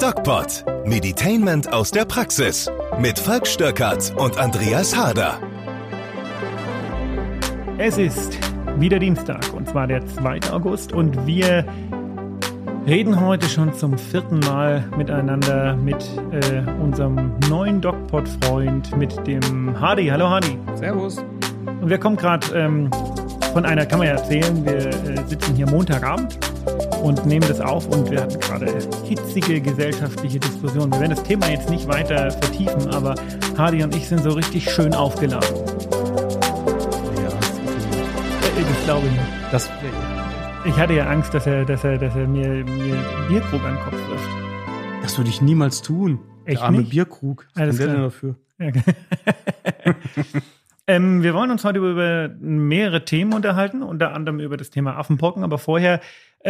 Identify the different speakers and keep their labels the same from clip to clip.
Speaker 1: DocPod. Meditainment aus der Praxis. Mit Falk Stöckert und Andreas Harder.
Speaker 2: Es ist wieder Dienstag, und zwar der 2. August, und wir reden heute schon zum 4. Mal miteinander mit unserem neuen DocPod-Freund, mit dem Hardy. Hallo Hardy.
Speaker 3: Servus.
Speaker 2: Und wir kommen gerade von einer, kann man ja erzählen, wir sitzen hier Montagabend und nehmen das auf, und wir hatten gerade hitzige gesellschaftliche Diskussionen. Wir werden das Thema jetzt nicht weiter vertiefen, aber Hardy und ich sind so richtig schön aufgeladen.
Speaker 3: Ja,
Speaker 2: Das glaube ich nicht.
Speaker 3: das
Speaker 2: Ich hatte ja Angst, dass er mir Bierkrug an den Kopf wirft.
Speaker 3: Das würde ich niemals tun.
Speaker 2: Echt
Speaker 3: Der arme
Speaker 2: nicht?
Speaker 3: Bierkrug. Was
Speaker 2: Alles
Speaker 3: kann der denn
Speaker 2: klar.
Speaker 3: dafür?
Speaker 2: Ja. Wir wollen uns heute über mehrere Themen unterhalten, unter anderem über das Thema Affenpocken. Aber vorher,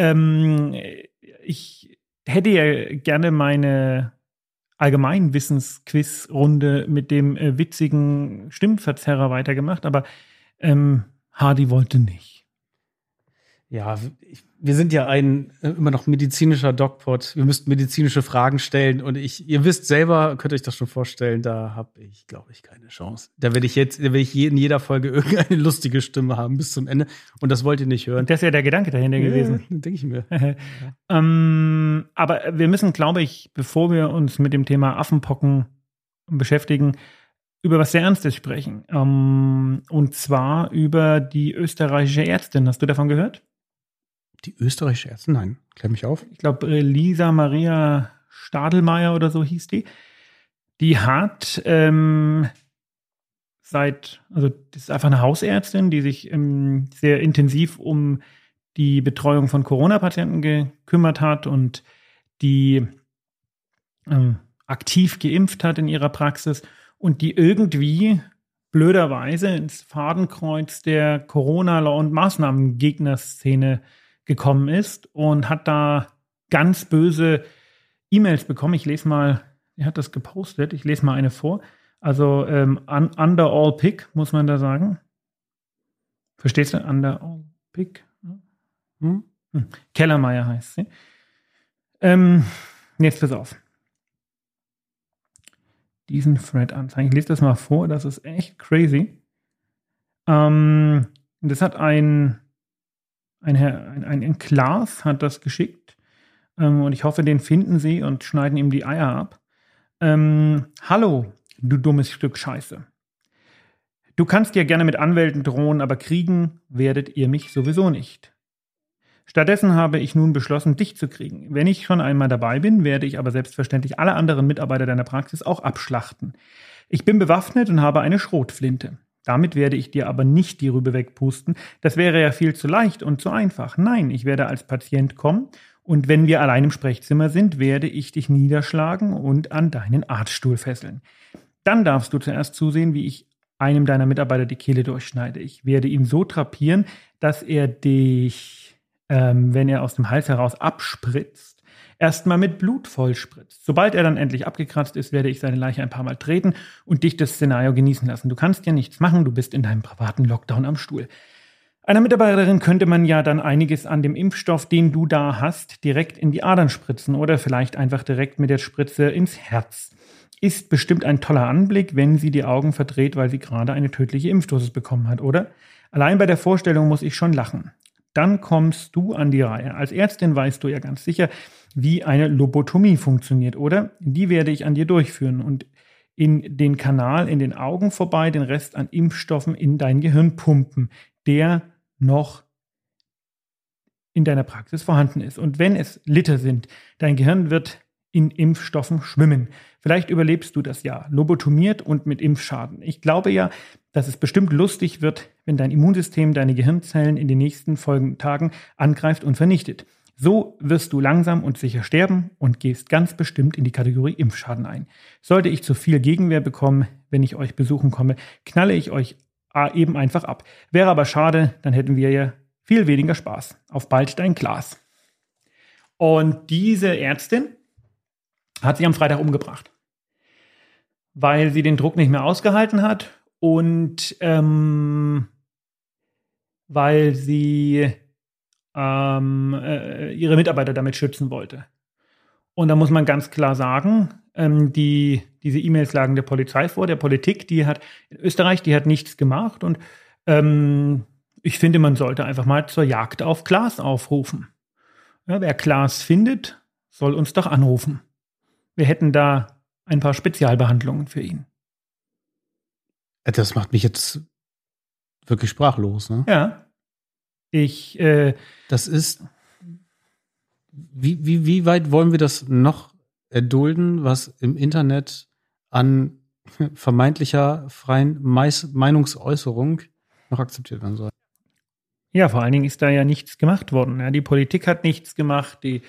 Speaker 2: ich hätte ja gerne meine Allgemeinwissensquiz-Runde mit dem witzigen Stimmverzerrer weitergemacht, aber Hardy wollte nicht.
Speaker 3: Ja, wir sind ja ein immer noch medizinischer DocPod. Wir müssten medizinische Fragen stellen, und ihr wisst selber, könnt euch das schon vorstellen, da habe ich, glaube ich, keine Chance. Da werde ich in jeder Folge irgendeine lustige Stimme haben bis zum Ende, und das wollt ihr nicht hören.
Speaker 2: Das ist ja der Gedanke dahinter gewesen.
Speaker 3: Denke ich mir.
Speaker 2: Aber wir müssen, glaube ich, bevor wir uns mit dem Thema Affenpocken beschäftigen, über was sehr Ernstes sprechen. Und zwar über die österreichische Ärztin. Hast du davon gehört?
Speaker 3: Die österreichische Ärztin? Nein, klär mich auf.
Speaker 2: Ich glaube, Lisa Maria Stadelmeier oder so hieß die. Die hat also das ist einfach eine Hausärztin, die sich sehr intensiv um die Betreuung von Corona-Patienten gekümmert hat und die aktiv geimpft hat in ihrer Praxis und die irgendwie blöderweise ins Fadenkreuz der Corona- und Maßnahmengegner-Szene gekommen ist und hat da ganz böse E-Mails bekommen. Ich lese mal, er hat das gepostet, ich lese mal eine vor. Also under all pick, muss man da sagen. Verstehst du? Under all pick. Kellermeier heißt sie. Jetzt pass auf. Diesen Thread anzeigen. Ich lese das mal vor, das ist echt crazy. Das hat ein Klaas hat das geschickt, und ich hoffe, den finden sie und schneiden ihm die Eier ab. Hallo, du dummes Stück Scheiße. Du kannst ja gerne mit Anwälten drohen, aber kriegen werdet ihr mich sowieso nicht. Stattdessen habe ich nun beschlossen, dich zu kriegen. Wenn ich schon einmal dabei bin, werde ich aber selbstverständlich alle anderen Mitarbeiter deiner Praxis auch abschlachten. Ich bin bewaffnet und habe eine Schrotflinte. Damit werde ich dir aber nicht die Rübe wegpusten. Das wäre ja viel zu leicht und zu einfach. Nein, ich werde als Patient kommen, und wenn wir allein im Sprechzimmer sind, werde ich dich niederschlagen und an deinen Arztstuhl fesseln. Dann darfst du zuerst zusehen, wie ich einem deiner Mitarbeiter die Kehle durchschneide. Ich werde ihn so drapieren, dass er dich, wenn er aus dem Hals heraus abspritzt, erstmal mit Blut vollspritzt. Sobald er dann endlich abgekratzt ist, werde ich seine Leiche ein paar Mal treten und dich das Szenario genießen lassen. Du kannst ja nichts machen, du bist in deinem privaten Lockdown am Stuhl. Einer Mitarbeiterin könnte man ja dann einiges an dem Impfstoff, den du da hast, direkt in die Adern spritzen oder vielleicht einfach direkt mit der Spritze ins Herz. Ist bestimmt ein toller Anblick, wenn sie die Augen verdreht, weil sie gerade eine tödliche Impfdosis bekommen hat, oder? Allein bei der Vorstellung muss ich schon lachen. Dann kommst du an die Reihe. Als Ärztin weißt du ja ganz sicher, wie eine Lobotomie funktioniert, oder? Die werde ich an dir durchführen und in den Kanal in den Augen vorbei den Rest an Impfstoffen in dein Gehirn pumpen, der noch in deiner Praxis vorhanden ist. Und wenn es Liter sind, dein Gehirn wird in Impfstoffen schwimmen. Vielleicht überlebst du das ja, lobotomiert und mit Impfschaden. Ich glaube ja, dass es bestimmt lustig wird, wenn dein Immunsystem deine Gehirnzellen in den nächsten folgenden Tagen angreift und vernichtet. So wirst du langsam und sicher sterben und gehst ganz bestimmt in die Kategorie Impfschaden ein. Sollte ich zu viel Gegenwehr bekommen, wenn ich euch besuchen komme, knalle ich euch eben einfach ab. Wäre aber schade, dann hätten wir ja viel weniger Spaß. Auf bald, dein Klaas. Und diese Ärztin hat sie am Freitag umgebracht, weil sie den Druck nicht mehr ausgehalten hat und weil sie ihre Mitarbeiter damit schützen wollte. Und da muss man ganz klar sagen, diese E-Mails lagen der Polizei vor, der Politik, in Österreich, die hat nichts gemacht. Und ich finde, man sollte einfach mal zur Jagd auf Klaas aufrufen. Ja, wer Klaas findet, soll uns doch anrufen. Wir hätten da ein paar Spezialbehandlungen für ihn.
Speaker 3: Das macht mich jetzt wirklich sprachlos, ne?
Speaker 2: Ja.
Speaker 3: Das ist. Wie weit wollen wir das noch erdulden, was im Internet an vermeintlicher freien Meinungsäußerung noch akzeptiert werden soll?
Speaker 2: Ja, vor allen Dingen ist da ja nichts gemacht worden. Ja, die Politik hat nichts gemacht. Die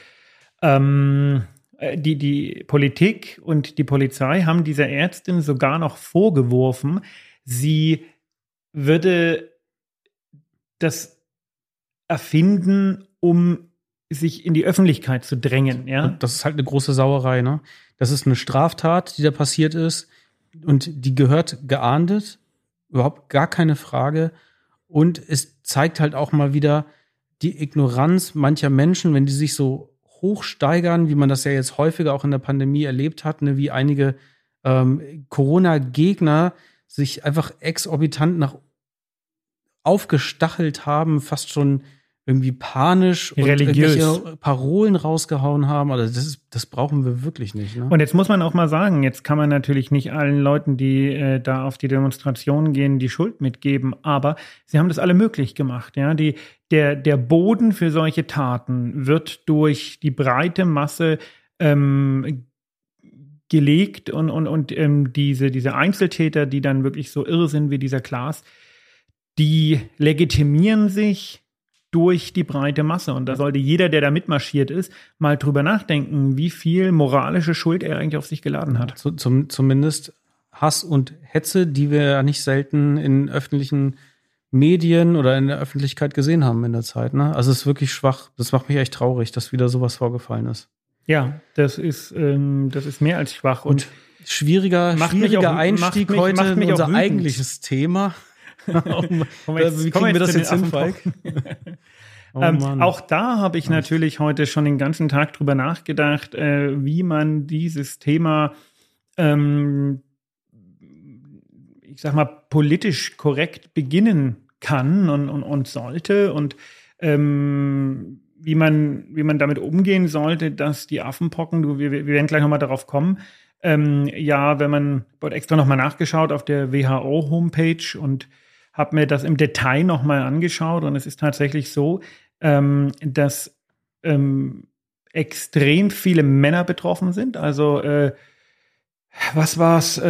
Speaker 2: Politik und die Polizei haben dieser Ärztin sogar noch vorgeworfen, sie würde das erfinden, um sich in die Öffentlichkeit zu drängen. Ja?
Speaker 3: Und das ist halt eine große Sauerei, ne? Das ist eine Straftat, die da passiert ist und die gehört geahndet, überhaupt gar keine Frage. Und es zeigt halt auch mal wieder die Ignoranz mancher Menschen, wenn die sich so hochsteigern, wie man das ja jetzt häufiger auch in der Pandemie erlebt hat, ne? Wie einige Corona-Gegner sich einfach exorbitant aufgestachelt haben, fast schon irgendwie panisch und
Speaker 2: religiös
Speaker 3: irgendwelche Parolen rausgehauen haben. Also das brauchen wir wirklich nicht. Ne?
Speaker 2: Und jetzt muss man auch mal sagen, jetzt kann man natürlich nicht allen Leuten, die da auf die Demonstration gehen, die Schuld mitgeben, aber sie haben das alle möglich gemacht. Ja? Der Boden für solche Taten wird durch die breite Masse gelegt und diese Einzeltäter, die dann wirklich so irre sind wie dieser Klaas, die legitimieren sich durch die breite Masse. Und da sollte jeder, der da mitmarschiert ist, mal drüber nachdenken, wie viel moralische Schuld er eigentlich auf sich geladen hat.
Speaker 3: Zumindest Hass und Hetze, die wir ja nicht selten in öffentlichen Medien oder in der Öffentlichkeit gesehen haben in der Zeit. Ne? Also es ist wirklich schwach. Das macht mich echt traurig, dass wieder sowas vorgefallen ist.
Speaker 2: Ja, das ist mehr als schwach. Und
Speaker 3: schwieriger Einstieg heute in unser eigentliches Thema.
Speaker 2: Wie kriegen wir das jetzt hin, Falk? Auch da habe ich natürlich heute schon den ganzen Tag drüber nachgedacht, wie man dieses Thema, ich sag mal, politisch korrekt beginnen kann und sollte und wie man damit umgehen sollte, dass die Affenpocken, wir werden gleich nochmal darauf kommen, wurde extra nochmal nachgeschaut auf der WHO-Homepage und habe mir das im Detail nochmal angeschaut und es ist tatsächlich so, dass extrem viele Männer betroffen sind. Also was war's?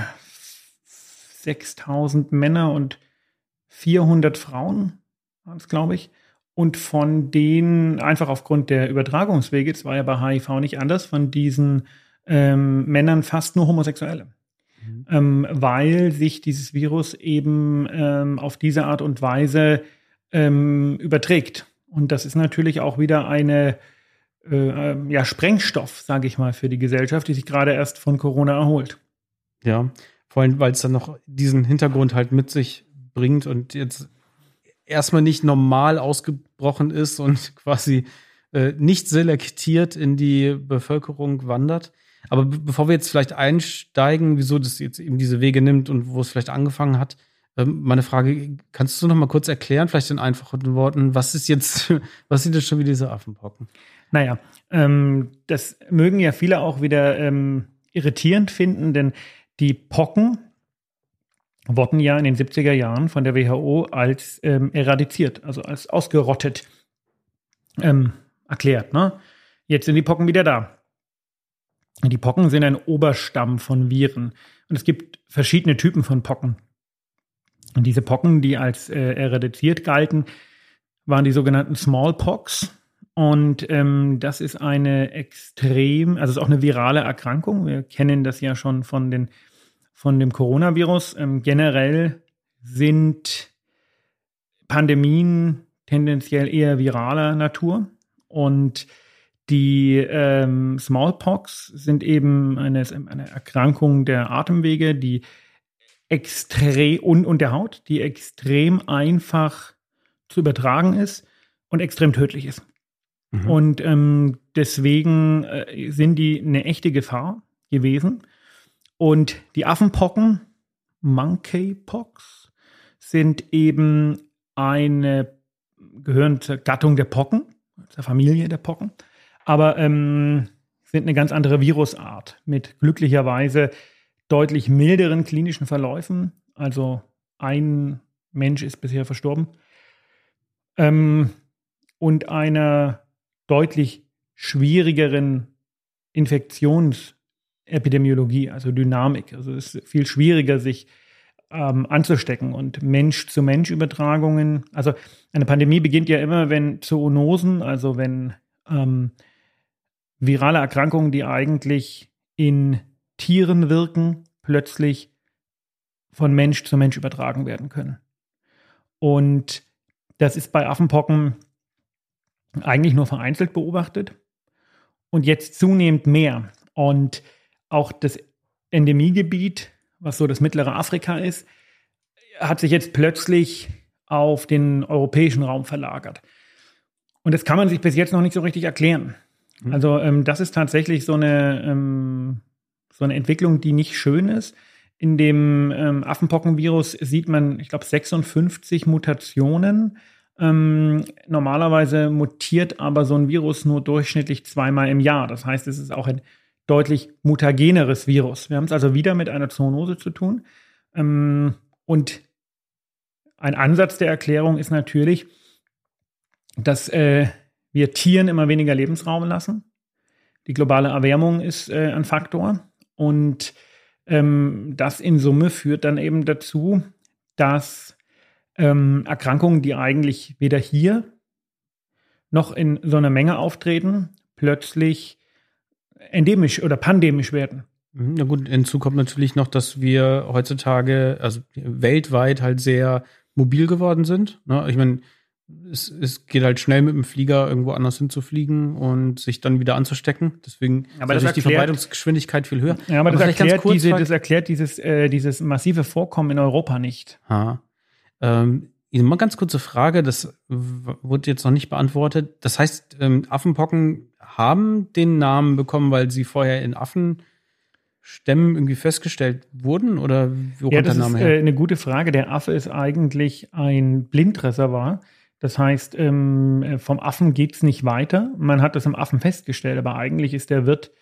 Speaker 2: 6.000 Männer und 400 Frauen waren es, glaube ich. Und von denen, einfach aufgrund der Übertragungswege, es war ja bei HIV nicht anders, von diesen Männern fast nur Homosexuelle. Weil sich dieses Virus eben auf diese Art und Weise überträgt. Und das ist natürlich auch wieder eine Sprengstoff, sage ich mal, für die Gesellschaft, die sich gerade erst von Corona erholt.
Speaker 3: Ja, vor allem, weil es dann noch diesen Hintergrund halt mit sich bringt und jetzt erstmal nicht normal ausgebrochen ist und quasi nicht selektiert in die Bevölkerung wandert. Aber bevor wir jetzt vielleicht einsteigen, wieso das jetzt eben diese Wege nimmt und wo es vielleicht angefangen hat, meine Frage, kannst du noch mal kurz erklären, vielleicht in einfachen Worten, was sind jetzt schon wieder diese Affenpocken?
Speaker 2: Naja, das mögen ja viele auch wieder irritierend finden, denn die Pocken wurden ja in den 70er Jahren von der WHO als eradiziert, also als ausgerottet erklärt. Ne? Jetzt sind die Pocken wieder da. Die Pocken sind ein Oberstamm von Viren. Und es gibt verschiedene Typen von Pocken. Und diese Pocken, die als eradiziert galten, waren die sogenannten Smallpox. Und das ist eine also ist auch eine virale Erkrankung. Wir kennen das ja schon von dem Coronavirus. Generell sind Pandemien tendenziell eher viraler Natur. Und die Smallpox sind eben eine Erkrankung der Atemwege, die und der Haut, die extrem einfach zu übertragen ist und extrem tödlich ist. Und deswegen sind die eine echte Gefahr gewesen. Und die Affenpocken, Monkeypox, sind eben gehören zur Gattung der Pocken, zur Familie der Pocken, aber sind eine ganz andere Virusart mit glücklicherweise deutlich milderen klinischen Verläufen. Also ein Mensch ist bisher verstorben. Und einer deutlich schwierigeren Infektionsepidemiologie, also Dynamik. Also es ist viel schwieriger, sich anzustecken und Mensch-zu-Mensch-Übertragungen. Also eine Pandemie beginnt ja immer, wenn Zoonosen, also wenn virale Erkrankungen, die eigentlich in Tieren wirken, plötzlich von Mensch zu Mensch übertragen werden können. Und das ist bei Affenpocken eigentlich nur vereinzelt beobachtet und jetzt zunehmend mehr. Und auch das Endemiegebiet, was so das mittlere Afrika ist, hat sich jetzt plötzlich auf den europäischen Raum verlagert. Und das kann man sich bis jetzt noch nicht so richtig erklären. Also das ist tatsächlich so eine Entwicklung, die nicht schön ist. In dem Affenpockenvirus sieht man, ich glaube, 56 Mutationen. Normalerweise mutiert aber so ein Virus nur durchschnittlich 2-mal im Jahr. Das heißt, es ist auch ein deutlich mutageneres Virus. Wir haben es also wieder mit einer Zoonose zu tun. Und ein Ansatz der Erklärung ist natürlich, dass wir Tieren immer weniger Lebensraum lassen. Die globale Erwärmung ist ein Faktor. Und das in Summe führt dann eben dazu, dass Erkrankungen, die eigentlich weder hier noch in so einer Menge auftreten, plötzlich endemisch oder pandemisch werden.
Speaker 3: Na gut, hinzu kommt natürlich noch, dass wir heutzutage, also weltweit halt sehr mobil geworden sind. Ne? Ich meine, es geht halt schnell mit dem Flieger irgendwo anders hinzufliegen und sich dann wieder anzustecken. Deswegen ist natürlich die Verbreitungsgeschwindigkeit viel höher.
Speaker 2: Ja, aber das erklärt dieses massive Vorkommen in Europa nicht.
Speaker 3: Mal ganz kurze Frage, das wurde jetzt noch nicht beantwortet. Das heißt, Affenpocken haben den Namen bekommen, weil sie vorher in Affenstämmen irgendwie festgestellt wurden? Oder wo kommt der Name her?
Speaker 2: Das ist eine gute Frage. Der Affe ist eigentlich ein Blindreservoir. Das heißt, vom Affen geht es nicht weiter. Man hat das im Affen festgestellt, aber eigentlich ist der Wirt,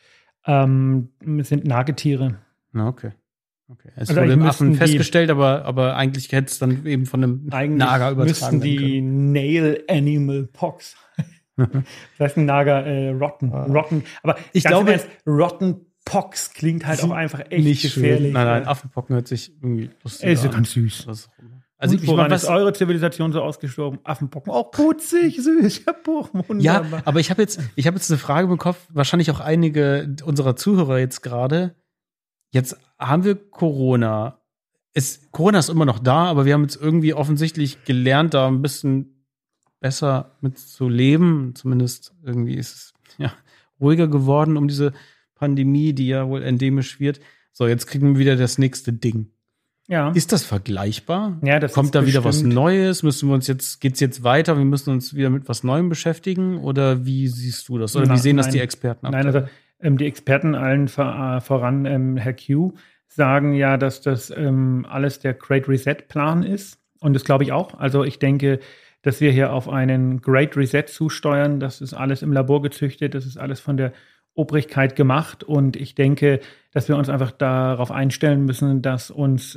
Speaker 2: sind Nagetiere.
Speaker 3: Na, okay. Es wurde im Affen festgestellt, aber eigentlich hätte es dann eben von einem Nager übertragen
Speaker 2: werden können. Müssten die Nail Animal Pox. Das heißt ein Nager Rotten. Aber ich glaube, Rotten Pox klingt halt auch einfach echt nicht gefährlich.
Speaker 3: Nein, Affenpocken hört sich irgendwie lustig an.
Speaker 2: Ist ja ganz süß.
Speaker 3: Also
Speaker 2: woran ist eure Zivilisation so ausgestorben? Affenpocken. Auch putzig, süß.
Speaker 3: Ja, aber ich habe jetzt eine Frage im Kopf, wahrscheinlich auch einige unserer Zuhörer jetzt gerade. Jetzt haben wir Corona. Corona ist immer noch da, aber wir haben jetzt irgendwie offensichtlich gelernt, da ein bisschen besser mit zu leben. Zumindest irgendwie ist es ruhiger geworden um diese Pandemie, die ja wohl endemisch wird. So, jetzt kriegen wir wieder das nächste Ding.
Speaker 2: Ja.
Speaker 3: Ist das vergleichbar?
Speaker 2: Ja, das
Speaker 3: Kommt da wieder was Neues? Geht's jetzt weiter? Wir müssen uns wieder mit was Neuem beschäftigen? Oder wie siehst du das? Oder wie sehen das die Experten ab?
Speaker 2: Nein, also die Experten, allen voran Herr Q, sagen ja, dass das alles der Great Reset-Plan ist. Und das glaube ich auch. Also ich denke, dass wir hier auf einen Great Reset zusteuern. Das ist alles im Labor gezüchtet. Das ist alles von der Obrigkeit gemacht. Und ich denke, dass wir uns einfach darauf einstellen müssen, dass uns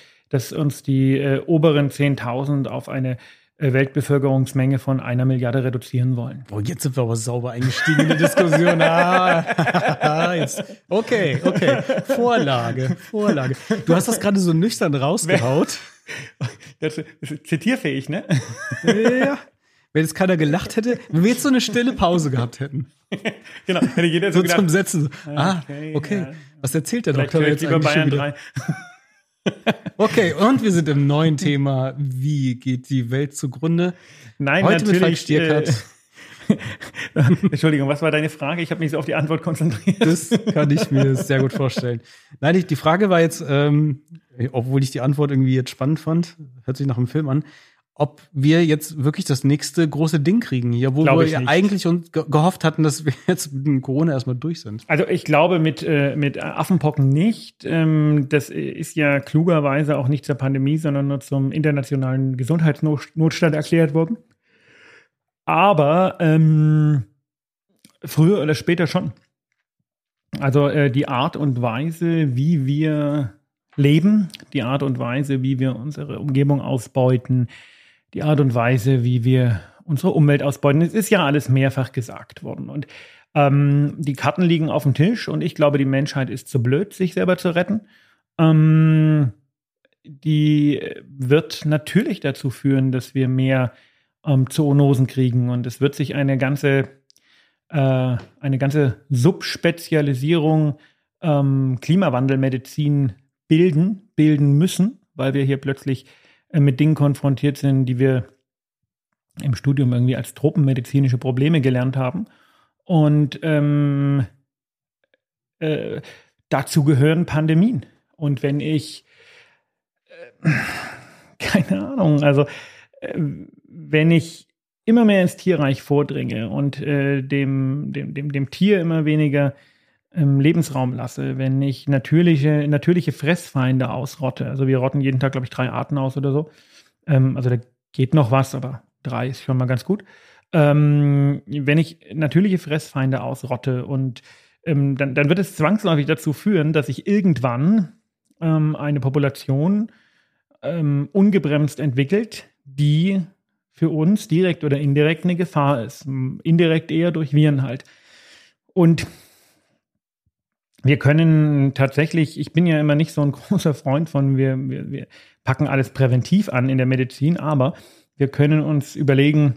Speaker 2: die oberen 10.000 auf eine Weltbevölkerungsmenge von 1 Milliarde reduzieren wollen.
Speaker 3: Oh, jetzt sind wir aber sauber eingestiegen in die Diskussion. Jetzt. Okay. Vorlage. Du hast das gerade so nüchtern rausgehaut.
Speaker 2: Das ist zitierfähig, ne?
Speaker 3: Ja. Wenn jetzt keiner gelacht hätte, wenn wir jetzt so eine stille Pause gehabt hätten.
Speaker 2: Genau, hätte jeder
Speaker 3: so zum Setzen. Okay. Ja. Was erzählt der Doktor jetzt eigentlich
Speaker 2: Bayern schon wieder?
Speaker 3: 3. Okay, und wir sind im neuen Thema. Wie geht die Welt zugrunde?
Speaker 2: Nein,
Speaker 3: heute
Speaker 2: natürlich.
Speaker 3: Mit Falk Stierkart.
Speaker 2: Entschuldigung, was war deine Frage? Ich habe mich so auf die Antwort konzentriert.
Speaker 3: Das kann ich mir sehr gut vorstellen. Nein, die Frage war jetzt, obwohl ich die Antwort irgendwie jetzt spannend fand, hört sich nach einem Film an, ob wir jetzt wirklich das nächste große Ding kriegen hier, wo wir ja eigentlich uns gehofft hatten, dass wir jetzt mit dem Corona erstmal durch sind.
Speaker 2: Also ich glaube mit Affenpocken nicht. Das ist ja klugerweise auch nicht zur Pandemie, sondern nur zum internationalen Gesundheitsnotstand erklärt worden. Aber früher oder später schon. Also die Art und Weise, wie wir leben, die Art und Weise, wie wir unsere Umgebung ausbeuten, die Art und Weise, wie wir unsere Umwelt ausbeuten. Es ist ja alles mehrfach gesagt worden. Und die Karten liegen auf dem Tisch und ich glaube, die Menschheit ist zu blöd, sich selber zu retten. Die wird natürlich dazu führen, dass wir mehr Zoonosen kriegen und es wird sich eine ganze Subspezialisierung Klimawandelmedizin bilden müssen, weil wir hier plötzlich mit Dingen konfrontiert sind, die wir im Studium irgendwie als tropenmedizinische Probleme gelernt haben. Und dazu gehören Pandemien. Und wenn ich, keine Ahnung, also wenn ich immer mehr ins Tierreich vordringe und dem Tier immer weniger Lebensraum lasse, wenn ich natürliche Fressfeinde ausrotte, also wir rotten jeden Tag, glaube ich, 3 Arten aus oder so, also da geht noch was, aber 3 ist schon mal ganz gut. Wenn ich natürliche Fressfeinde ausrotte und dann wird es zwangsläufig dazu führen, dass sich irgendwann eine Population ungebremst entwickelt, die für uns direkt oder indirekt eine Gefahr ist. Indirekt eher durch Viren halt. Und wir können tatsächlich, ich bin ja immer nicht so ein großer Freund von, wir packen alles präventiv an in der Medizin, aber wir können uns überlegen,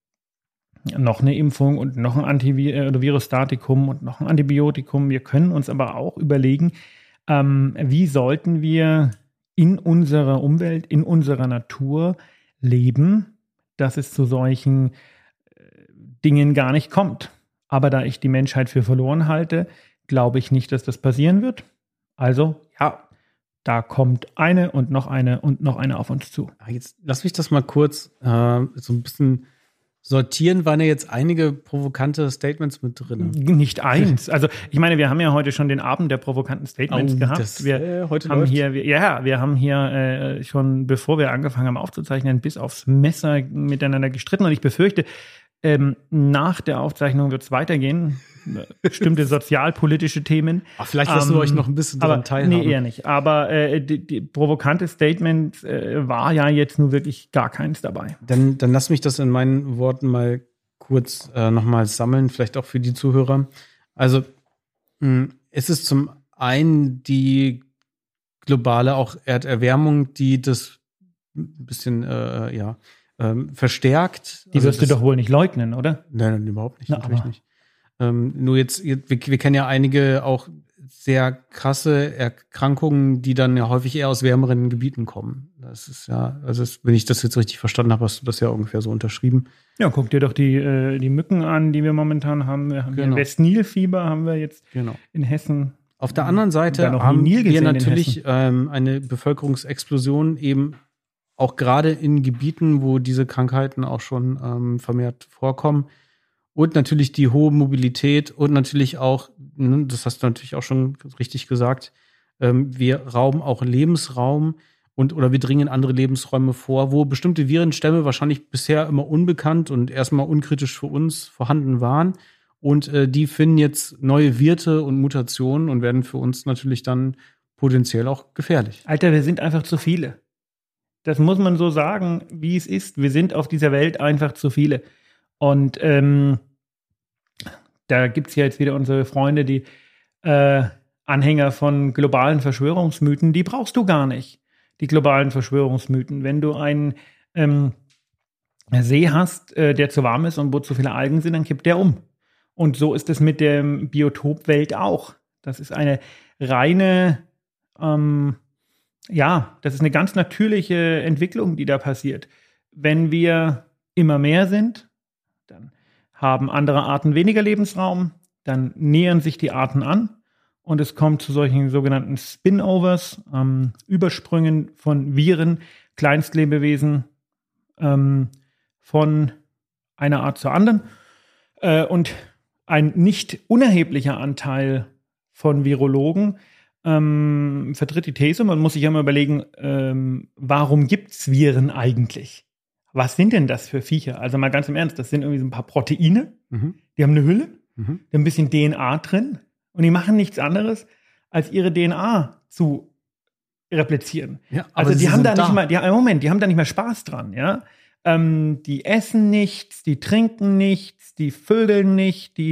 Speaker 2: noch eine Impfung und noch ein Virostatikum und noch ein Antibiotikum. Wir können uns aber auch überlegen, wie sollten wir in unserer Umwelt, in unserer Natur leben, dass es zu solchen Dingen gar nicht kommt. Aber da ich die Menschheit für verloren halte, glaube ich nicht, dass das passieren wird. Also, ja, da kommt eine und noch eine und noch eine auf uns zu.
Speaker 3: Jetzt lass mich das mal kurz so ein bisschen sortieren. Waren ja jetzt einige provokante Statements mit drin?
Speaker 2: Nicht eins. Also, ich meine, wir haben ja heute schon den Abend der provokanten Statements gehabt.
Speaker 3: Heute
Speaker 2: haben wir haben hier schon, bevor wir angefangen haben aufzuzeichnen, bis aufs Messer miteinander gestritten. Und ich befürchte, nach der Aufzeichnung wird es weitergehen. Bestimmte sozialpolitische Themen.
Speaker 3: Ach, vielleicht lassen wir euch noch ein bisschen daran teilhaben.
Speaker 2: Nee, eher nicht. Aber die provokante Statement war ja jetzt nur wirklich gar keins dabei.
Speaker 3: Dann lass mich das in meinen Worten mal kurz nochmal sammeln, vielleicht auch für die Zuhörer. Also es ist zum einen die globale auch Erderwärmung, die das ein bisschen verstärkt.
Speaker 2: Die wirst du doch wohl nicht leugnen, oder?
Speaker 3: Nein, überhaupt nicht. Natürlich nicht. Nur jetzt, wir kennen ja einige auch sehr krasse Erkrankungen, die dann ja häufig eher aus wärmeren Gebieten kommen. Das ist ja, also wenn ich das jetzt richtig verstanden habe, hast du das ja ungefähr so unterschrieben.
Speaker 2: Ja, guck dir doch die Mücken an, die wir momentan haben. Wir haben hier West-Nil-Fieber, haben wir jetzt in Hessen.
Speaker 3: Auf der anderen Seite haben wir natürlich eine Bevölkerungsexplosion eben auch gerade in Gebieten, wo diese Krankheiten auch schon vermehrt vorkommen. Und natürlich die hohe Mobilität und natürlich auch, das hast du natürlich auch schon richtig gesagt, wir rauben auch Lebensraum oder wir dringen andere Lebensräume vor, wo bestimmte Virenstämme wahrscheinlich bisher immer unbekannt und erstmal unkritisch für uns vorhanden waren. Und die finden jetzt neue Wirte und Mutationen und werden für uns natürlich dann potenziell auch gefährlich.
Speaker 2: Alter, wir sind einfach zu viele. Das muss man so sagen, wie es ist. Wir sind auf dieser Welt einfach zu viele. Und da gibt es ja jetzt wieder unsere Freunde, die Anhänger von globalen Verschwörungsmythen, die brauchst du gar nicht, die globalen Verschwörungsmythen. Wenn du einen See hast, der zu warm ist und wo zu viele Algen sind, dann kippt der um. Und so ist es mit der Biotopwelt auch. Das ist eine reine, das ist eine ganz natürliche Entwicklung, die da passiert. Wenn wir immer mehr sind, dann haben andere Arten weniger Lebensraum, dann nähern sich die Arten an und es kommt zu solchen sogenannten Spin-Overs, Übersprüngen von Viren, Kleinstlebewesen, von einer Art zur anderen. Und ein nicht unerheblicher Anteil von Virologen vertritt die These, man muss sich ja mal überlegen, warum gibt es Viren eigentlich? Was sind denn das für Viecher? Also mal ganz im Ernst, das sind irgendwie so ein paar Proteine, die haben eine Hülle, die haben ein bisschen DNA drin und die machen nichts anderes, als ihre DNA zu replizieren.
Speaker 3: Ja,
Speaker 2: also die haben da nicht mal, die haben da nicht mehr Spaß dran, ja. Die essen nichts, die trinken nichts, die vögeln nicht, die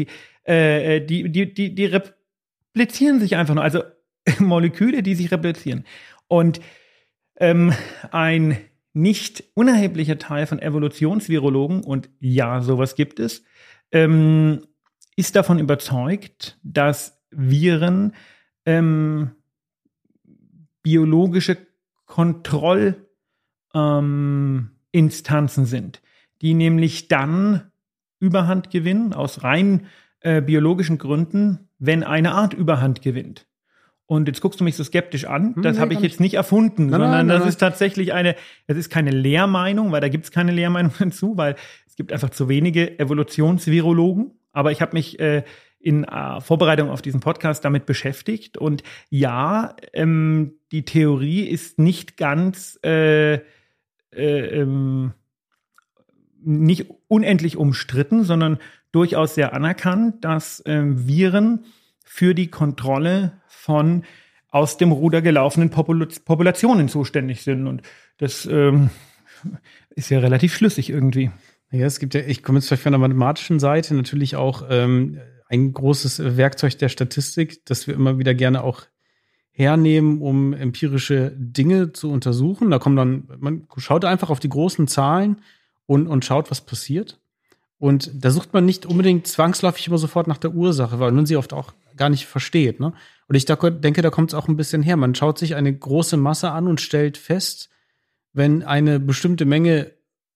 Speaker 2: replizieren sich einfach nur. Also Moleküle, die sich replizieren. Und ein nicht unerheblicher Teil von Evolutionsvirologen, und ja, sowas gibt es, ist davon überzeugt, dass Viren biologische Kontrollinstanzen sind, die nämlich dann Überhand gewinnen, aus rein biologischen Gründen, wenn eine Art Überhand gewinnt. Und jetzt guckst du mich so skeptisch an. Das habe ich jetzt nicht erfunden, sondern das ist tatsächlich das ist keine Lehrmeinung, weil da gibt es keine Lehrmeinung dazu, weil es gibt einfach zu wenige Evolutionsvirologen. Aber ich habe mich in Vorbereitung auf diesen Podcast damit beschäftigt. Und ja, die Theorie ist nicht ganz nicht unendlich umstritten, sondern durchaus sehr anerkannt, dass Viren für die Kontrolle von aus dem Ruder gelaufenen Populationen zuständig sind. Und das ist ja relativ schlüssig irgendwie.
Speaker 3: Ja, es gibt ja, ich komme jetzt vielleicht von der mathematischen Seite, natürlich auch ein großes Werkzeug der Statistik, das wir immer wieder gerne auch hernehmen, um empirische Dinge zu untersuchen. Da kommt dann, man schaut einfach auf die großen Zahlen und schaut, was passiert. Und da sucht man nicht unbedingt zwangsläufig immer sofort nach der Ursache, weil man sie oft auch gar nicht versteht. Ne? Und ich denke, da kommt es auch ein bisschen her. Man schaut sich eine große Masse an und stellt fest, wenn eine bestimmte Menge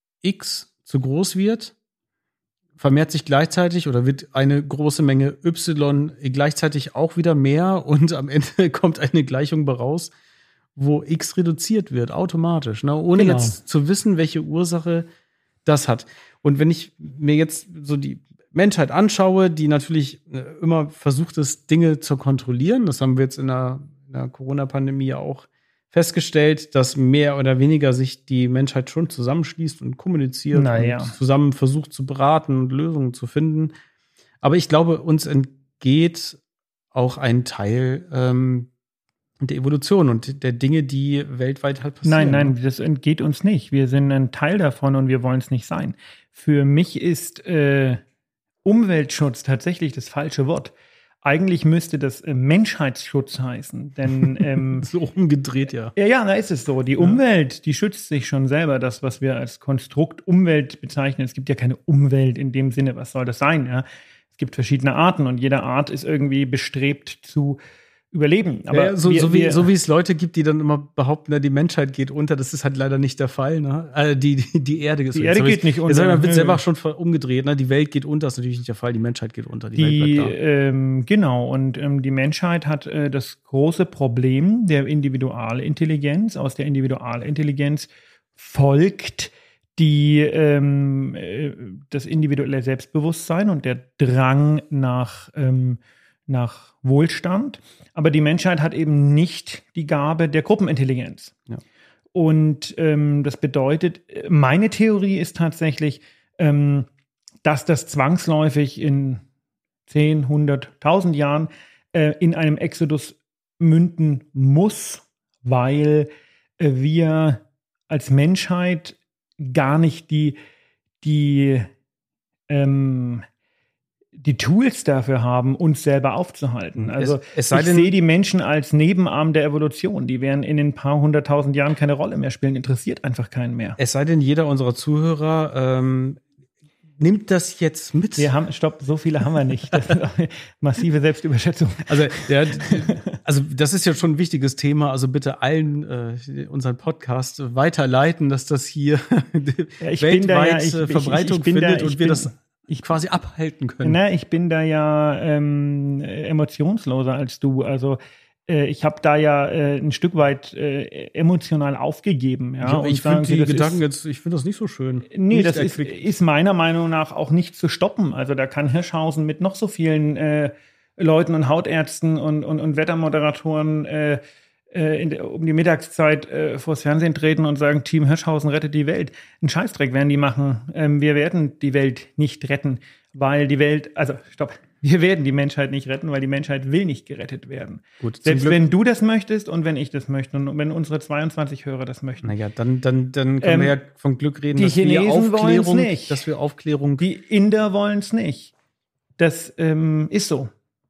Speaker 3: X zu groß wird, vermehrt sich gleichzeitig oder wird eine große Menge Y gleichzeitig auch wieder mehr und am Ende kommt eine Gleichung raus, wo X reduziert wird, automatisch, ne? Ohne jetzt zu wissen, welche Ursache das hat. Und wenn ich mir jetzt so die Menschheit anschaue, die natürlich immer versucht ist, Dinge zu kontrollieren, das haben wir jetzt in der Corona-Pandemie ja auch festgestellt, dass mehr oder weniger sich die Menschheit schon zusammenschließt und kommuniziert und zusammen versucht zu beraten und Lösungen zu finden. Aber ich glaube, uns entgeht auch ein Teil der Evolution und der Dinge, die weltweit halt passieren.
Speaker 2: Nein, das entgeht uns nicht. Wir sind ein Teil davon und wir wollen es nicht sein. Für mich ist Umweltschutz tatsächlich das falsche Wort. Eigentlich müsste das Menschheitsschutz heißen, denn
Speaker 3: so umgedreht, ja.
Speaker 2: Ja, da ist es so. Die Umwelt, die schützt sich schon selber. Das, was wir als Konstrukt Umwelt bezeichnen, es gibt ja keine Umwelt in dem Sinne. Was soll das sein? Ja? Es gibt verschiedene Arten und jede Art ist irgendwie bestrebt zu überleben. Aber
Speaker 3: ja, so wie es Leute gibt, die dann immer behaupten, die Menschheit geht unter, das ist halt leider nicht der Fall. Ne? Die Erde ist
Speaker 2: die Erde geht nicht unter.
Speaker 3: Man wird selber schon umgedreht. Ne? Die Welt geht unter, ist natürlich nicht der Fall. Die Menschheit geht unter. Die Welt bleibt da.
Speaker 2: Genau. Und die Menschheit hat das große Problem der Individualintelligenz. Aus der Individualintelligenz folgt das individuelle Selbstbewusstsein und der Drang nach Wohlstand. Aber die Menschheit hat eben nicht die Gabe der Gruppenintelligenz. Ja. Und das bedeutet, meine Theorie ist tatsächlich, dass das zwangsläufig in 10, 100, 1000 Jahren in einem Exodus münden muss, weil wir als Menschheit gar nicht die Tools dafür haben, uns selber aufzuhalten. Also ich sehe die Menschen als Nebenarm der Evolution. Die werden in ein paar 100.000 Jahren keine Rolle mehr spielen. Interessiert einfach keinen mehr.
Speaker 3: Es sei denn, jeder unserer Zuhörer nimmt das jetzt mit.
Speaker 2: So viele haben wir nicht. Das ist eine massive Selbstüberschätzung.
Speaker 3: Also das ist ja schon ein wichtiges Thema. Also bitte allen unseren Podcast weiterleiten, dass das hier weltweit Verbreitung findet und wir das quasi abhalten können.
Speaker 2: Ich bin da ja emotionsloser als du. Also ich habe da ja ein Stück weit emotional aufgegeben. Ja,
Speaker 3: ich finde die Gedanken jetzt, ich finde das nicht so schön.
Speaker 2: Nee, das ist meiner Meinung nach auch nicht zu stoppen. Also da kann Hirschhausen mit noch so vielen Leuten und Hautärzten und Wettermoderatoren um die Mittagszeit vors Fernsehen treten und sagen, Team Hirschhausen rettet die Welt. Ein Scheißdreck werden die machen. Wir werden die Welt nicht retten, weil die Welt, also stopp, wir werden die Menschheit nicht retten, weil die Menschheit will nicht gerettet werden.
Speaker 3: Gut,
Speaker 2: selbst wenn du das möchtest und wenn ich das möchte und wenn unsere 22 Hörer das möchten.
Speaker 3: Naja, dann können wir ja von Glück reden,
Speaker 2: die Chinesen wollen es nicht.
Speaker 3: Dass wir Aufklärung.
Speaker 2: Die Inder wollen es nicht. Das ist so.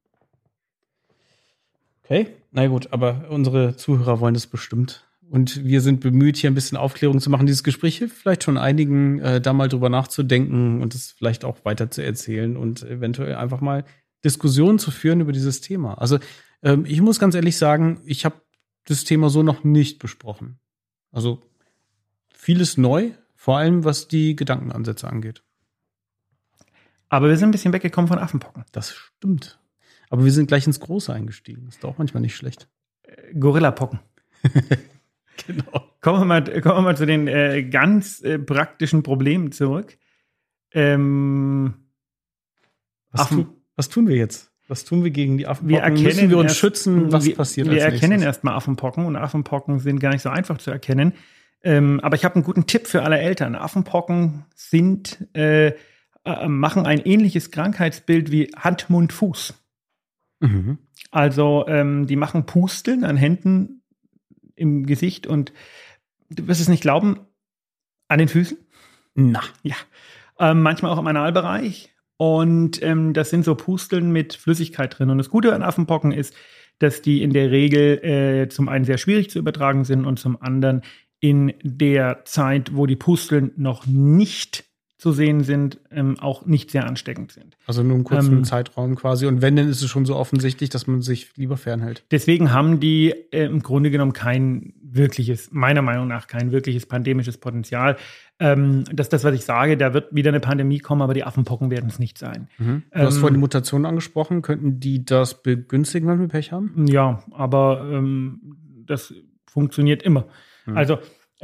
Speaker 3: Okay, na gut, aber unsere Zuhörer wollen das bestimmt. Und wir sind bemüht, hier ein bisschen Aufklärung zu machen. Dieses Gespräch hilft vielleicht schon einigen, da mal drüber nachzudenken und es vielleicht auch weiter zu erzählen und eventuell einfach mal Diskussionen zu führen über dieses Thema. Also ich muss ganz ehrlich sagen, ich habe das Thema so noch nicht besprochen. Also vieles neu, vor allem was die Gedankenansätze angeht.
Speaker 2: Aber wir sind ein bisschen weggekommen von Affenpocken.
Speaker 3: Das stimmt. Aber wir sind gleich ins Große eingestiegen. Ist doch auch manchmal nicht schlecht.
Speaker 2: Gorillapocken.
Speaker 3: Genau.
Speaker 2: Kommen wir mal zu den ganz praktischen Problemen zurück.
Speaker 3: Was tun wir jetzt? Was tun wir gegen die Affenpocken? Müssen wir uns schützen? Was passiert als nächstes?
Speaker 2: Wir erkennen erstmal Affenpocken und Affenpocken sind gar nicht so einfach zu erkennen. Aber ich habe einen guten Tipp für alle Eltern. Affenpocken machen ein ähnliches Krankheitsbild wie Hand, Mund, Fuß.
Speaker 3: Mhm.
Speaker 2: Also die machen Pusteln an Händen, im Gesicht und du wirst es nicht glauben, an den Füßen.
Speaker 3: Na.
Speaker 2: Ja. Manchmal auch im Analbereich. Und das sind so Pusteln mit Flüssigkeit drin. Und das Gute an Affenpocken ist, dass die in der Regel zum einen sehr schwierig zu übertragen sind und zum anderen in der Zeit, wo die Pusteln noch nicht zu sehen sind, auch nicht sehr ansteckend sind.
Speaker 3: Also nur einen kurzen Zeitraum quasi. Und wenn, dann ist es schon so offensichtlich, dass man sich lieber fernhält.
Speaker 2: Deswegen haben die im Grunde genommen meiner Meinung nach kein wirkliches pandemisches Potenzial. Das ist das, was ich sage, da wird wieder eine Pandemie kommen, aber die Affenpocken werden es nicht sein.
Speaker 3: Mhm. Du hast vorhin die Mutationen angesprochen. Könnten die das begünstigen, wenn wir Pech haben?
Speaker 2: Ja, aber das funktioniert immer.
Speaker 3: Mhm.
Speaker 2: Also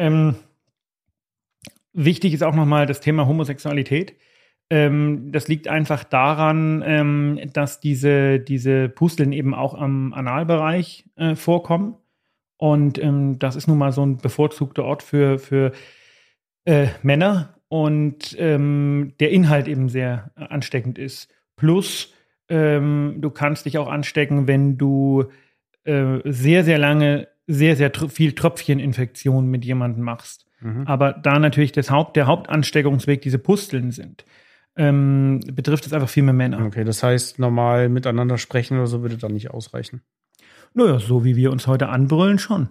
Speaker 2: wichtig ist auch nochmal das Thema Homosexualität. Das liegt einfach daran, dass diese Pusteln eben auch am Analbereich vorkommen. Und das ist nun mal so ein bevorzugter Ort für Männer. Und der Inhalt eben sehr ansteckend ist. Plus, du kannst dich auch anstecken, wenn du sehr, sehr lange, sehr, sehr viel Tröpfcheninfektion mit jemandem machst.
Speaker 3: Mhm.
Speaker 2: Aber da natürlich der Hauptansteckungsweg diese Pusteln sind, betrifft es einfach viel mehr Männer.
Speaker 3: Okay, das heißt, normal miteinander sprechen oder so würde dann nicht ausreichen.
Speaker 2: Naja, so wie wir uns heute anbrüllen, schon.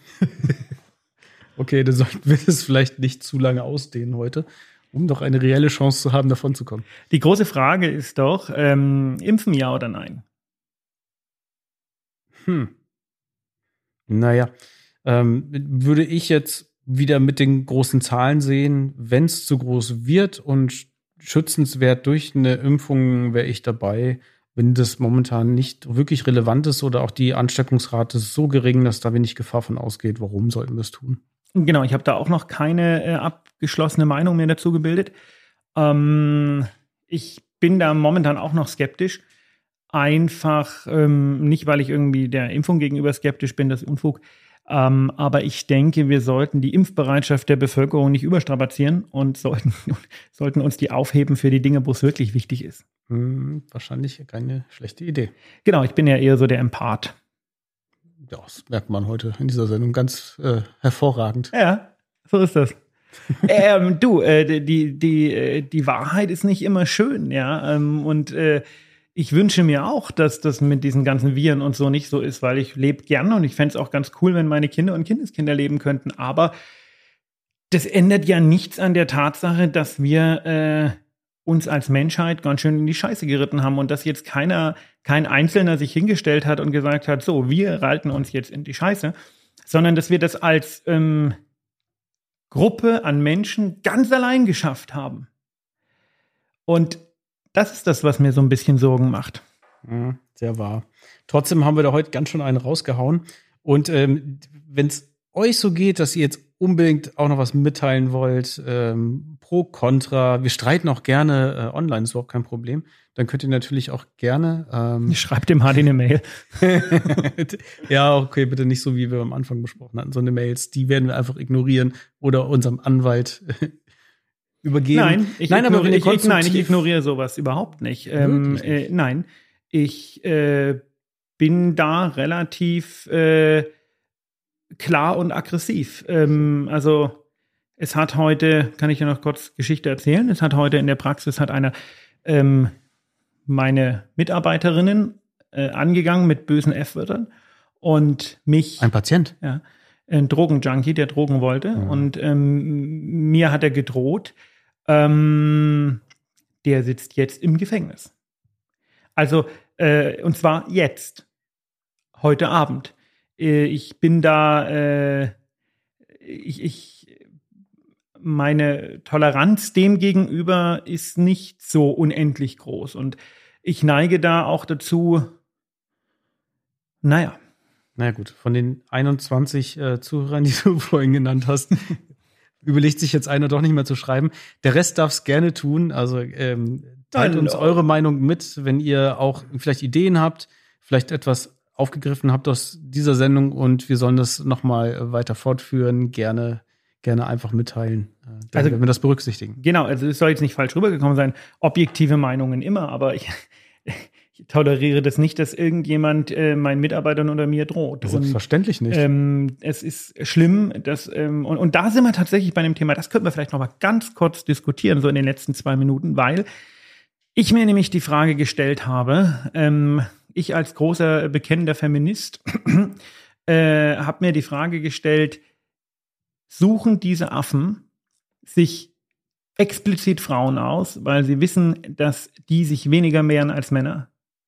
Speaker 3: Okay, dann sollten wir das vielleicht nicht zu lange ausdehnen heute, um doch eine reelle Chance zu haben, davon zu kommen.
Speaker 2: Die große Frage ist doch, impfen ja oder nein?
Speaker 3: Naja, würde ich jetzt wieder mit den großen Zahlen sehen, wenn es zu groß wird und schützenswert durch eine Impfung, wäre ich dabei. Wenn das momentan nicht wirklich relevant ist oder auch die Ansteckungsrate ist so gering, dass da wenig Gefahr von ausgeht, warum sollten wir es tun?
Speaker 2: Genau, ich habe da auch noch keine abgeschlossene Meinung mehr dazu gebildet. Ich bin da momentan auch noch skeptisch. Einfach nicht, weil ich irgendwie der Impfung gegenüber skeptisch bin, das ist Unfug. Aber ich denke, wir sollten die Impfbereitschaft der Bevölkerung nicht überstrapazieren und sollten uns die aufheben für die Dinge, wo es wirklich wichtig ist.
Speaker 3: Wahrscheinlich keine schlechte Idee.
Speaker 2: Genau, ich bin ja eher so der Empath.
Speaker 3: Ja, das merkt man heute in dieser Sendung ganz hervorragend.
Speaker 2: Ja, so ist das. Die Wahrheit ist nicht immer schön, ja. Ich wünsche mir auch, dass das mit diesen ganzen Viren und so nicht so ist, weil ich lebe gerne und ich fände es auch ganz cool, wenn meine Kinder und Kindeskinder leben könnten. Aber das ändert ja nichts an der Tatsache, dass wir uns als Menschheit ganz schön in die Scheiße geritten haben und dass jetzt kein Einzelner sich hingestellt hat und gesagt hat, so, wir reiten uns jetzt in die Scheiße, sondern dass wir das als Gruppe an Menschen ganz allein geschafft haben. Und das ist das, was mir so ein bisschen Sorgen macht.
Speaker 3: Ja, sehr wahr. Trotzdem haben wir da heute ganz schön einen rausgehauen. Und wenn es euch so geht, dass ihr jetzt unbedingt auch noch was mitteilen wollt, pro, contra, wir streiten auch gerne online, ist überhaupt kein Problem, dann könnt ihr natürlich auch gerne
Speaker 2: Schreibt dem Hardy eine Mail.
Speaker 3: Ja, okay, bitte nicht so, wie wir am Anfang besprochen hatten. So eine Mails, die werden wir einfach ignorieren oder unserem Anwalt übergeben.
Speaker 2: Nein, ich ignoriere sowas überhaupt nicht. Nein, ich bin da relativ klar und aggressiv. Also es hat heute, kann ich ja noch kurz Geschichte erzählen, es hat heute in der Praxis einer meine Mitarbeiterinnen angegangen mit bösen F-Wörtern und mich.
Speaker 3: Ein Patient?
Speaker 2: Ja, ein Drogenjunkie, der Drogen wollte. Ja. Und mir hat er gedroht, der sitzt jetzt im Gefängnis. Also, und zwar jetzt. Heute Abend. Ich bin da, meine Toleranz dem gegenüber ist nicht so unendlich groß. Und ich neige da auch dazu, naja.
Speaker 3: Naja gut, von den 21 Zuhörern, die du vorhin genannt hast, überlegt sich jetzt einer doch nicht mehr zu schreiben. Der Rest darf es gerne tun. Also teilt uns eure Meinung mit, wenn ihr auch vielleicht Ideen habt, vielleicht etwas aufgegriffen habt aus dieser Sendung und wir sollen das nochmal weiter fortführen. Gerne einfach mitteilen, also, wenn wir das berücksichtigen.
Speaker 2: Genau, also es soll jetzt nicht falsch rübergekommen sein. Objektive Meinungen immer, aber ich toleriere das nicht, dass irgendjemand meinen Mitarbeitern oder mir droht.
Speaker 3: Selbstverständlich nicht.
Speaker 2: Es ist schlimm, dass und da sind wir tatsächlich bei einem Thema, das könnten wir vielleicht noch mal ganz kurz diskutieren, so in den letzten 2 Minuten, weil ich mir nämlich die Frage gestellt habe, ich als großer bekennender Feminist habe mir die Frage gestellt, suchen diese Affen sich explizit Frauen aus, weil sie wissen, dass die sich weniger mehren als Männer?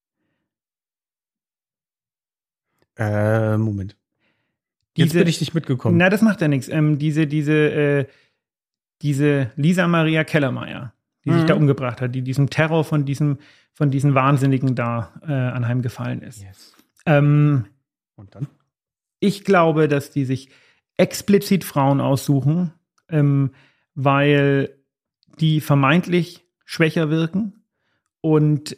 Speaker 3: Moment. Jetzt bin ich nicht mitgekommen.
Speaker 2: Na, das macht ja nichts. Diese Lisa Maria Kellermeier, die sich da umgebracht hat, die diesem Terror von diesen Wahnsinnigen da anheimgefallen ist.
Speaker 3: Yes.
Speaker 2: Und
Speaker 3: dann?
Speaker 2: Ich glaube, dass die sich explizit Frauen aussuchen, weil die vermeintlich schwächer wirken und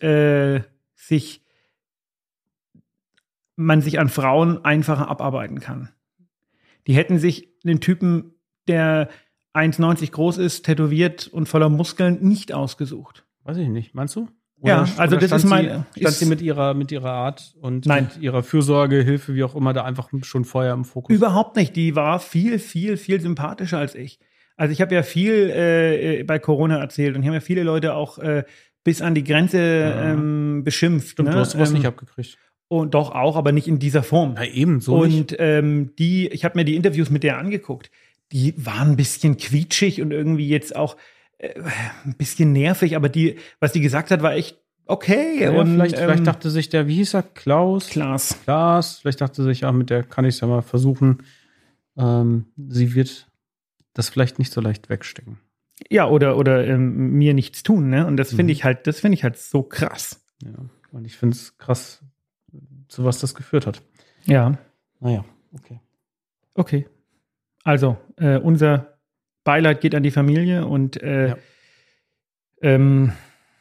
Speaker 2: man sich an Frauen einfacher abarbeiten kann. Die hätten sich einen Typen, der 1,90 groß ist, tätowiert und voller Muskeln, nicht ausgesucht.
Speaker 3: Weiß ich nicht. Meinst du?
Speaker 2: Ja, also das ist mein...
Speaker 3: Stand sie mit ihrer Art und
Speaker 2: Nein.
Speaker 3: mit ihrer Fürsorge, Hilfe, wie auch immer, da einfach schon vorher im Fokus?
Speaker 2: Überhaupt nicht. Die war viel, viel, viel sympathischer als ich. Also ich habe ja viel bei Corona erzählt und hier haben ja viele Leute auch bis an die Grenze beschimpft.
Speaker 3: Stimmt,
Speaker 2: ne?
Speaker 3: Du hast sowas nicht abgekriegt.
Speaker 2: Und doch auch, aber nicht in dieser Form.
Speaker 3: Ja, eben, so nicht.
Speaker 2: Und ich habe mir die Interviews mit der angeguckt. Die waren ein bisschen quietschig und irgendwie jetzt auch ein bisschen nervig, aber was die gesagt hat, war echt okay.
Speaker 3: Ja,
Speaker 2: und
Speaker 3: vielleicht dachte sich der, wie hieß er? Klaas. Vielleicht dachte sich, mit der kann ich es ja mal versuchen. Sie wird das vielleicht nicht so leicht wegstecken.
Speaker 2: Ja, oder mir nichts tun, ne? Und das finde ich halt so krass.
Speaker 3: Ja, und ich finde es krass, zu was das geführt hat.
Speaker 2: Ja.
Speaker 3: Naja, okay.
Speaker 2: Okay. Also, unser Beileid geht an die Familie und Himmel,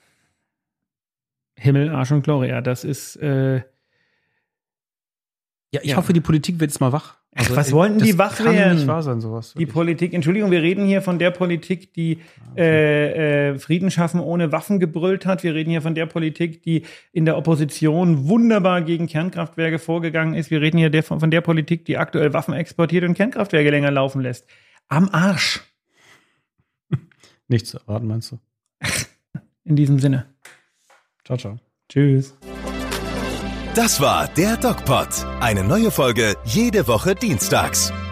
Speaker 2: Arsch und Gloria, das ist
Speaker 3: ich hoffe, die Politik wird jetzt mal wach.
Speaker 2: Also, was wollten die wach werden?
Speaker 3: Kann nicht wahr sein, sowas.
Speaker 2: Die Politik, Entschuldigung, wir reden hier von der Politik, die Frieden schaffen ohne Waffen gebrüllt hat. Wir reden hier von der Politik, die in der Opposition wunderbar gegen Kernkraftwerke vorgegangen ist. Wir reden hier von der Politik, die aktuell Waffen exportiert und Kernkraftwerke länger laufen lässt. Am Arsch.
Speaker 3: Nichts zu erwarten, meinst du?
Speaker 2: In diesem Sinne.
Speaker 3: Ciao, ciao.
Speaker 2: Tschüss.
Speaker 1: Das war der DocPod. Eine neue Folge jede Woche dienstags.